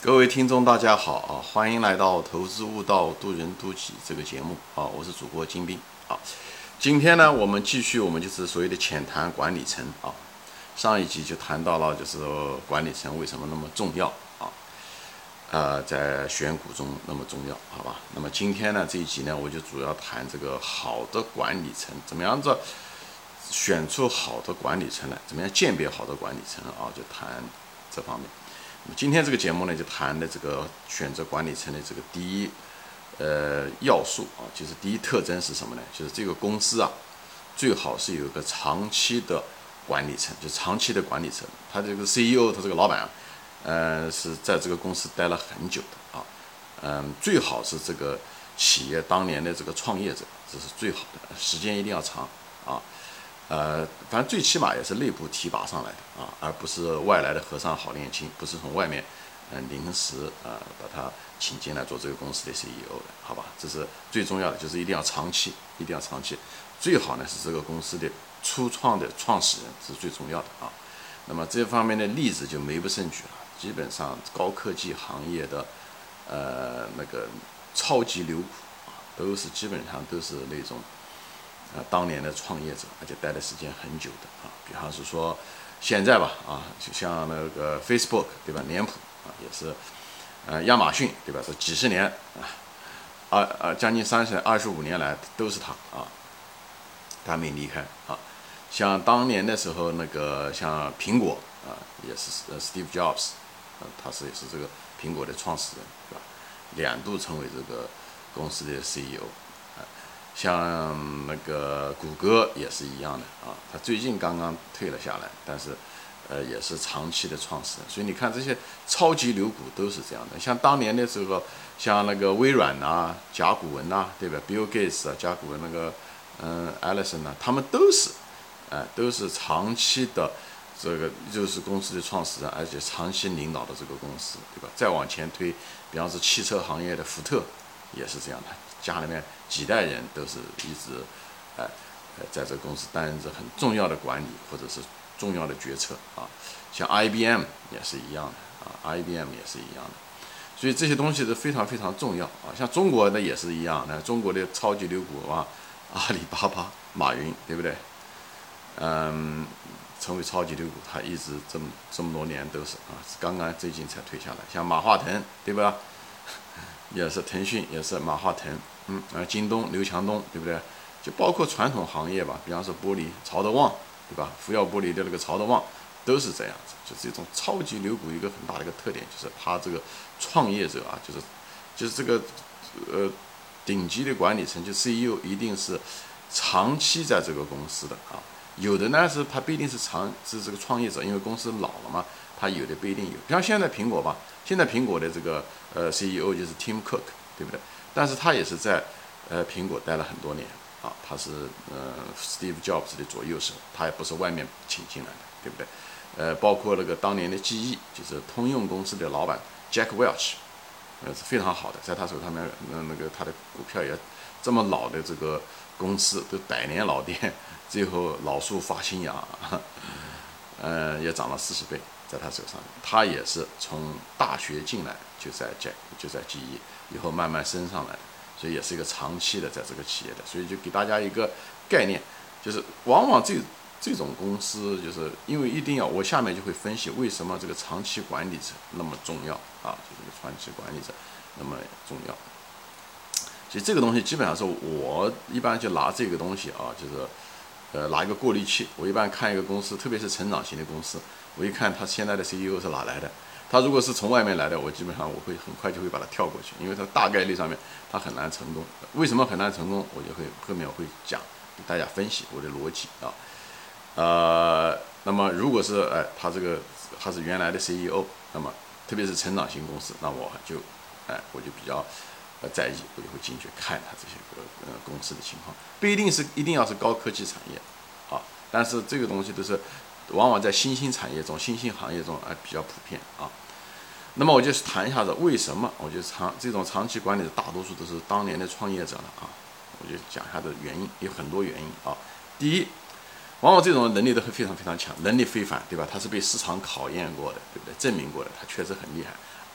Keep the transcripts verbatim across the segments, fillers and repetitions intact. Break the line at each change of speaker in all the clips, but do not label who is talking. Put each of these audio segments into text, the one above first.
各位听众，大家好啊！欢迎来到《投资悟道，渡人渡己》这个节目啊！我是主播金兵啊。今天呢，我们继续我们就是所谓的浅谈管理层啊。上一集就谈到了，就是说管理层为什么那么重要啊？呃，在选股中那么重要，好吧？那么今天呢，这一集呢，我就主要谈这个好的管理层怎么样子选出好的管理层来，怎么样鉴别好的管理层啊？就谈这方面。今天这个节目呢，就谈的这个选择管理层的这个第一呃要素啊，就是第一特征是什么呢？就是这个公司啊，最好是有一个长期的管理层，就长期的管理层。他这个 C E O， 他这个老板啊，呃，是在这个公司待了很久的啊，嗯，最好是这个企业当年的这个创业者，这是最好的，时间一定要长啊。呃，反正最起码也是内部提拔上来的啊，而不是外来的和尚好练亲，不是从外面嗯、呃、临时啊、呃、把他请进来做这个公司的 C E O 的，好吧？这是最重要的，就是一定要长期，一定要长期，最好呢是这个公司的初创的创始人是最重要的啊。那么这方面的例子就没不胜举了，基本上高科技行业的呃那个超级牛股啊，都是基本上都是那种。啊，当年的创业者，而且待的时间很久的啊，比方是说现在吧，啊，就像那个 Facebook 对吧，脸谱啊，也是，呃，亚马逊对吧，这几十年啊，二呃将近三十二十五年来都是他啊，他没离开啊。像当年的时候，那个像苹果啊，也是呃 Steve Jobs，啊，他是也是这个苹果的创始人，对吧？两度成为这个公司的 C E O。像那个谷歌也是一样的啊，他最近刚刚退了下来，但是，呃，也是长期的创始人。所以你看这些超级牛股都是这样的。像当年的时候，像那个微软呐、甲骨文呐、对吧 ？Bill Gates 啊，甲骨文那个，嗯 ，Allison 呐，他们都是，哎、呃，都是长期的这个就是公司的创始人，而且长期领导的这个公司，对吧？再往前推，比方说汽车行业的福特也是这样的。家里面几代人都是一直，哎、呃，在这个公司担任着很重要的管理或者是重要的决策啊。像 I B M 也是一样的啊 ，I B M 也是一样的。所以这些东西是非常非常重要啊。像中国的也是一样的，中国的超级牛股啊，阿里巴巴、马云，对不对？嗯，成为超级牛股，他一直这么这么多年都是啊，刚刚最近才退下来。像马化腾，对吧？也是腾讯，也是马化腾，嗯，啊，京东刘强东，对不对？就包括传统行业吧，比方说玻璃，曹德旺，对吧？福耀玻璃的那个曹德旺，都是这样子。就这种超级牛股，一个很大的一个特点就是他这个创业者啊，就是就是这个呃顶级的管理层，就 C E O 一定是长期在这个公司的啊。有的呢是他不一定是长是这个创业者，因为公司老了嘛，他有的不一定有。像现在苹果吧，现在苹果的这个呃 C E O 就是 Tim Cook， 对不对？但是他也是在呃苹果待了很多年啊，他是呃 Steve Jobs 的左右手，他也不是外面请进来的，对不对？呃，包括那个当年的记忆，就是通用公司的老板 Jack Welch， 呃是非常好的，在他手上面，呃那个他的股票也这么老的这个公司都百年老店。最后老树发新芽，呃，也涨了四十倍，在他手上。他也是从大学进来就在在就在记忆，以后慢慢升上来的，所以也是一个长期的在这个企业的。所以就给大家一个概念，就是往往这这种公司，就是因为一定要，我下面就会分析为什么这个长期管理者那么重要啊，就这个长期管理者那么重要。所以这个东西基本上是我一般就拿这个东西啊，就是。呃，拿一个过滤器，我一般看一个公司，特别是成长型的公司，我一看他现在的 C E O 是哪来的，他如果是从外面来的，我基本上我会很快就会把它跳过去，因为他大概率上面他很难成功。为什么很难成功？我就会后面我会讲给大家分析我的逻辑啊。呃，那么如果是哎他这个他是原来的 C E O， 那么特别是成长型公司，那我就哎我就比较。呃，在意，我就会进去看它这些个呃公司的情况，不一定是一定要是高科技产业，啊，但是这个东西都是往往在新兴产业中、新兴行业中啊比较普遍啊。那么我就谈一下子为什么，我觉得长这种长期管理的大多数都是当年的创业者了啊，我就讲一下的原因，有很多原因啊。第一，往往这种能力都会非常非常强，能力非凡，对吧？他是被市场考验过的，对不对？证明过的，他确实很厉害。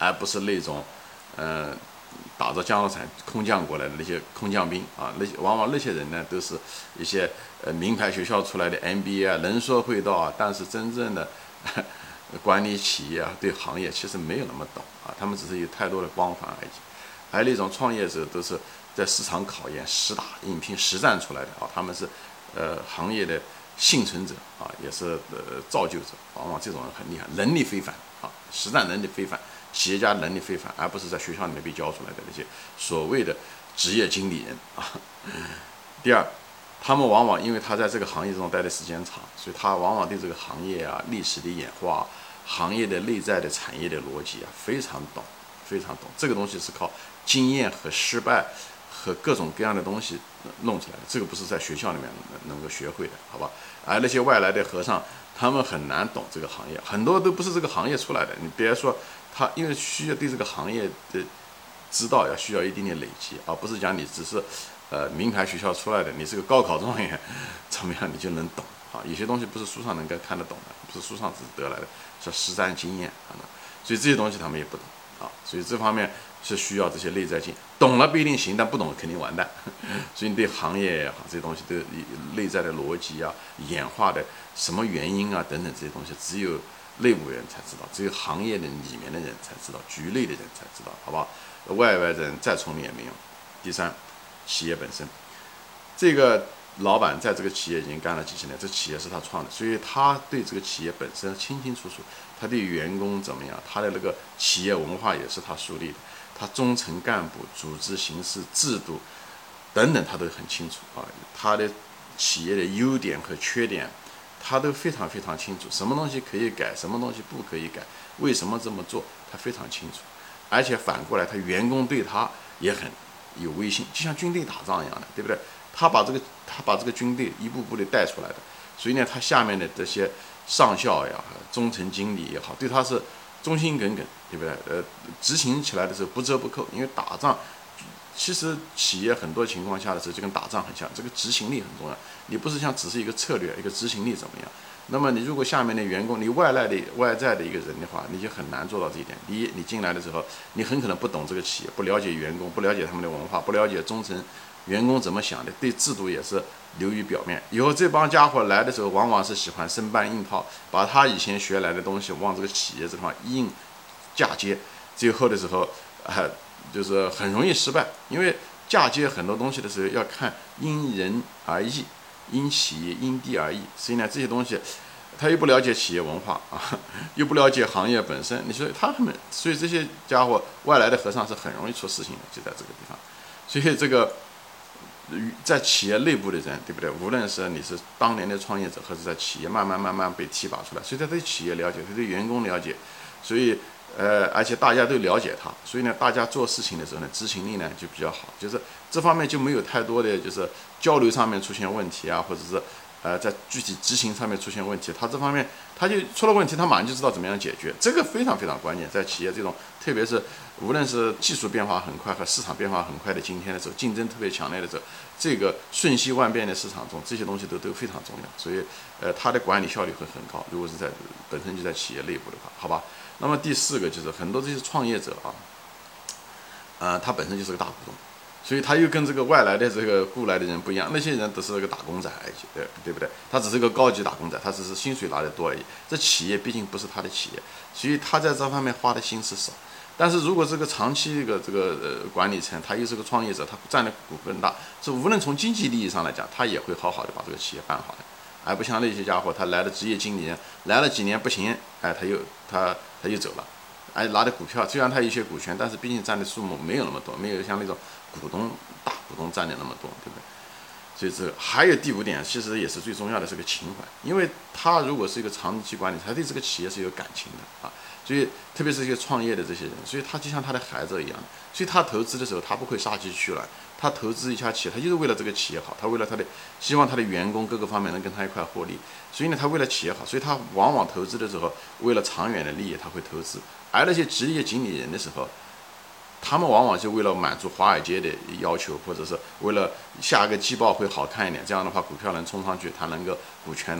而不是那种，呃，打着降落伞空降过来的那些空降兵啊，那些往往那些人呢，都是一些呃名牌学校出来的 M B A 啊，能说会道啊，但是真正的管理企业啊，对行业其实没有那么懂啊，他们只是有太多的光环而已。还有那种创业者都是在市场考验、实打硬拼、实战出来的啊，他们是呃行业的幸存者啊，也是呃造就者，往往这种人很厉害，能力非凡啊，实战能力非凡，企业家能力非凡，而不是在学校里面被教出来的那些所谓的职业经理人啊。第二，他们往往因为他在这个行业中待的时间长，所以他往往对这个行业啊、历史的演化、行业的内在的产业的逻辑啊非常懂，非常懂。这个东西是靠经验和失败和各种各样的东西弄出来的，这个不是在学校里面能够学会的，好吧？而那些外来的和尚，他们很难懂这个行业，很多都不是这个行业出来的。你别说他，因为需要对这个行业的知道要需要一定的累积，而不是讲你只是呃名牌学校出来的，你是个高考状元，怎么样你就能懂啊？有些东西不是书上能够看得懂的，不是书上只是得来的，是实战经验啊。所以这些东西他们也不懂啊。所以这方面是需要这些内在经验，懂了不一定行，但不懂肯定完蛋。所以你对行业也好，这些东西都内在的逻辑啊、演化的什么原因啊等等这些东西，只有内部人才知道，只有行业的里面的人才知道，局内的人才知道，好不好？外外人再聪明也没用。第三，企业本身，这个老板在这个企业已经干了几十年，这企业是他创的，所以他对这个企业本身清清楚楚，他对员工怎么样，他的那个企业文化也是他树立的，他中层干部、组织形式、制度等等，他都很清楚啊。他的企业的优点和缺点，他都非常非常清楚，什么东西可以改，什么东西不可以改，为什么这么做，他非常清楚。而且反过来，他员工对他也很有威信，就像军队打仗一样的，对不对？他把这个他把这个军队一步步的带出来的，所以呢，他下面的这些上校呀、中层经理也好，对他是忠心耿耿，对不对？呃，执行起来的时候不折不扣，因为打仗，其实企业很多情况下的时候就跟打仗很像，这个执行力很重要。你不是像只是一个策略，一个执行力怎么样？那么你如果下面的员工，你外来的外在的一个人的话，你就很难做到这一点。第一，你进来的时候，你很可能不懂这个企业，不了解员工，不了解他们的文化，不了解中层员工怎么想的，对制度也是流于表面。以后这帮家伙来的时候，往往是喜欢生搬硬套，把他以前学来的东西往这个企业这方硬嫁接，最后的时候，呃，就是很容易失败，因为嫁接很多东西的时候要看因人而异。因企业因地而异，所以呢，这些东西他又不了解企业文化啊，又不了解行业本身，你说他们，所以这些家伙外来的和尚是很容易出事情的，就在这个地方。所以这个在企业内部的人，对不对？无论是你是当年的创业者，或者在企业慢慢慢慢被提拔出来，所以他对企业了解，他对员工了解，所以呃，而且大家都了解他，所以呢，大家做事情的时候呢，执行力呢就比较好，就是这方面就没有太多的就是交流上面出现问题啊，或者是呃在具体执行上面出现问题，他这方面他就出了问题，他马上就知道怎么样解决，这个非常非常关键，在企业这种特别是无论是技术变化很快和市场变化很快的今天的时候，竞争特别强烈的时候，这个瞬息万变的市场中，这些东西都都非常重要，所以呃，它的管理效率会很高。如果是在本身就在企业内部的话，好吧。那么第四个就是很多这些创业者啊，呃，他本身就是个大股东，所以他又跟这个外来的这个雇来的人不一样，那些人都是个打工仔而已，对对不对？他只是个高级打工仔，他只是薪水拿得多而已。这企业毕竟不是他的企业，所以他在这方面花的心思少。但是如果这个长期这个这个呃管理层，他又是个创业者，他占的股份大，这无论从经济利益上来讲，他也会好好的把这个企业办好的，而不像那些家伙，他来的职业经理人来了几年不行，哎，他又他他又走了，哎，拿的股票虽然他有些股权，但是毕竟占的数目没有那么多，没有像那种股东大股东占的那么多，对不对？所以这个还有第五点，其实也是最重要的，是个情怀，因为他如果是一个长期管理，他对这个企业是有感情的啊。所以，特别是一些创业的这些人，所以他就像他的孩子一样，所以他投资的时候，他不会杀鸡取卵，他投资一家企业，他就是为了这个企业好，他为了他的希望他的员工各个方面能跟他一块获利，所以呢，他为了企业好，所以他往往投资的时候，为了长远的利益，他会投资。而那些职业经理人的时候，他们往往就为了满足华尔街的要求，或者是为了下一个季报会好看一点，这样的话股票能冲上去，他能够股权能够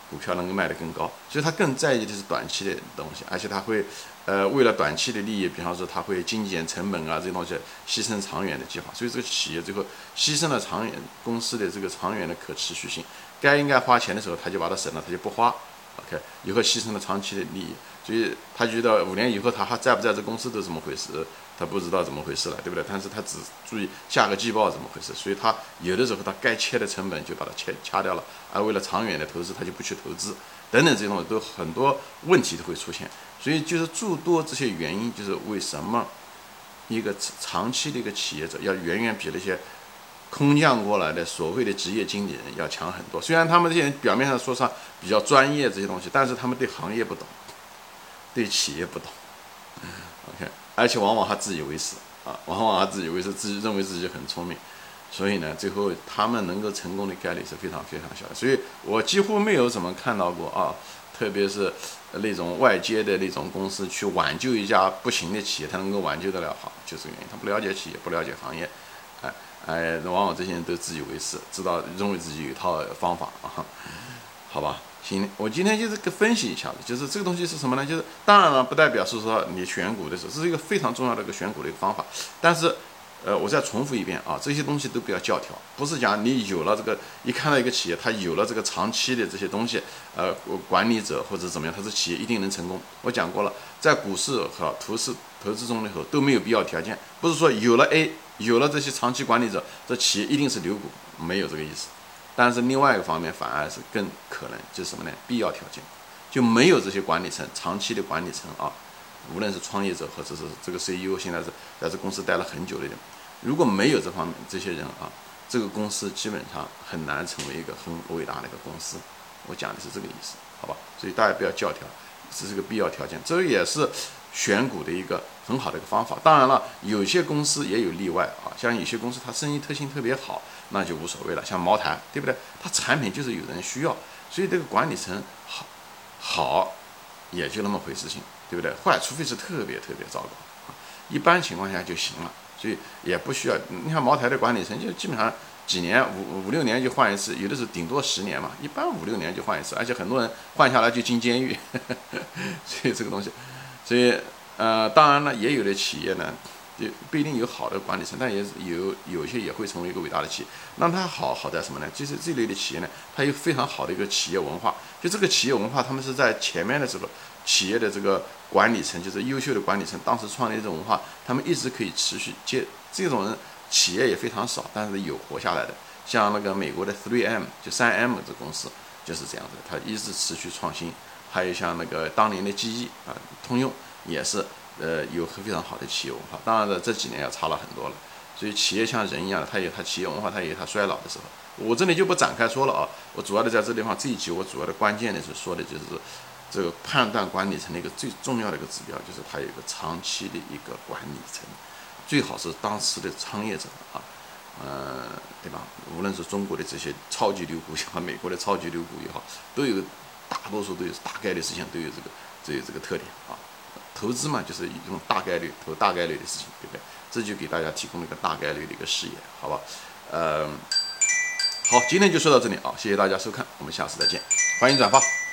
股票能够卖得更高，所以他更在意的是短期的东西，而且他会，呃，为了短期的利益，比方说他会精简成本啊，这些东西牺牲长远的计划，所以这个企业最后牺牲了长远公司的这个长远的可持续性，该应该花钱的时候他就把它省了，他就不花 ，OK， 以后牺牲了长期的利益，所以他觉得五年以后他还在不在这公司都怎么回事，他不知道怎么回事了，对不对？但是他只注意下个季报怎么回事，所以他有的时候他该切的成本就把它切掐掉了，而为了长远的投资他就不去投资，等等这些东西都很多问题都会出现，所以就是诸多这些原因，就是为什么一个长期的一个企业者要远远比那些空降过来的所谓的职业经理人要强很多。虽然他们这些人表面上说上比较专业这些东西，但是他们对行业不懂，对企业不懂。OK， 而且往往还自以为是啊，往往还自以为是，自己认为自己很聪明，所以呢，最后他们能够成功的概率是非常非常小的。所以我几乎没有怎么看到过啊，特别是那种外接的那种公司去挽救一家不行的企业，他能够挽救得了好，就是原因他不了解企业，不了解行业，哎哎，往往这些人都自以为是，知道认为自己有一套方法啊，好吧。行，我今天就是个分析一下子，就是这个东西是什么呢？就是当然了，不代表是说你选股的时候，这是一个非常重要的一个选股的一个方法。但是，呃，我再重复一遍啊，这些东西都不要教条，不是讲你有了这个，一看到一个企业，它有了这个长期的这些东西，呃，管理者或者怎么样，它这企业一定能成功。我讲过了，在股市和投资投资中的时候都没有必要条件，不是说有了 A， 有了这些长期管理者，这企业一定是牛股，没有这个意思。但是另外一个方面反而是更可能就是什么呢？必要条件，就没有这些管理层长期的管理层啊，无论是创业者或者是这个 C E O， 现在是在这公司待了很久的人，如果没有这方面这些人啊，这个公司基本上很难成为一个很伟大的一个公司。我讲的是这个意思，好吧？所以大家不要教条，这是个必要条件，这也是选股的一个很好的一个方法。当然了，有些公司也有例外啊，像有些公司它生意特性特别好，那就无所谓了。像茅台，对不对？它产品就是有人需要，所以这个管理层好，好也就那么回事情，对不对？坏，除非是特别特别糟糕，一般情况下就行了。所以也不需要。你看茅台的管理层就基本上几年五五六年就换一次，有的是顶多十年嘛，一般五六年就换一次，而且很多人换下来就进监狱，呵呵，所以这个东西。所以，呃，当然了，也有的企业呢，也不一定有好的管理层，但也有有些也会成为一个伟大的企业。那它好好在什么呢？就是这类的企业呢，它有非常好的一个企业文化。就这个企业文化，他们是在前面的时候，企业的这个管理层，就是优秀的管理层，当时创立这种文化，他们一直可以持续接。这种人企业也非常少，但是有活下来的。像那个美国的 三 M， 就三 M 这公司就是这样子，它一直持续创新。还有像那个当年的记忆啊，通用也是呃有非常好的企业文化。当然了，这几年要差了很多了。所以企业像人一样，它有它企业文化，它也有它衰老的时候。我这里就不展开说了啊。我主要的在这地方这一集，我主要的关键的是说的就是这个判断管理层的一个最重要的一个指标，就是它有一个长期的一个管理层，最好是当时的创业者啊。呃，对吧？无论是中国的这些超级牛股也好，美国的超级牛股也好，都有大多数都有大概率事情都有这个都有这个特点啊。投资嘛，就是一种大概率投大概率的事情，对不对？这就给大家提供了一个大概率的一个视野，好吧？呃，好，今天就说到这里啊，谢谢大家收看，我们下次再见，欢迎转发。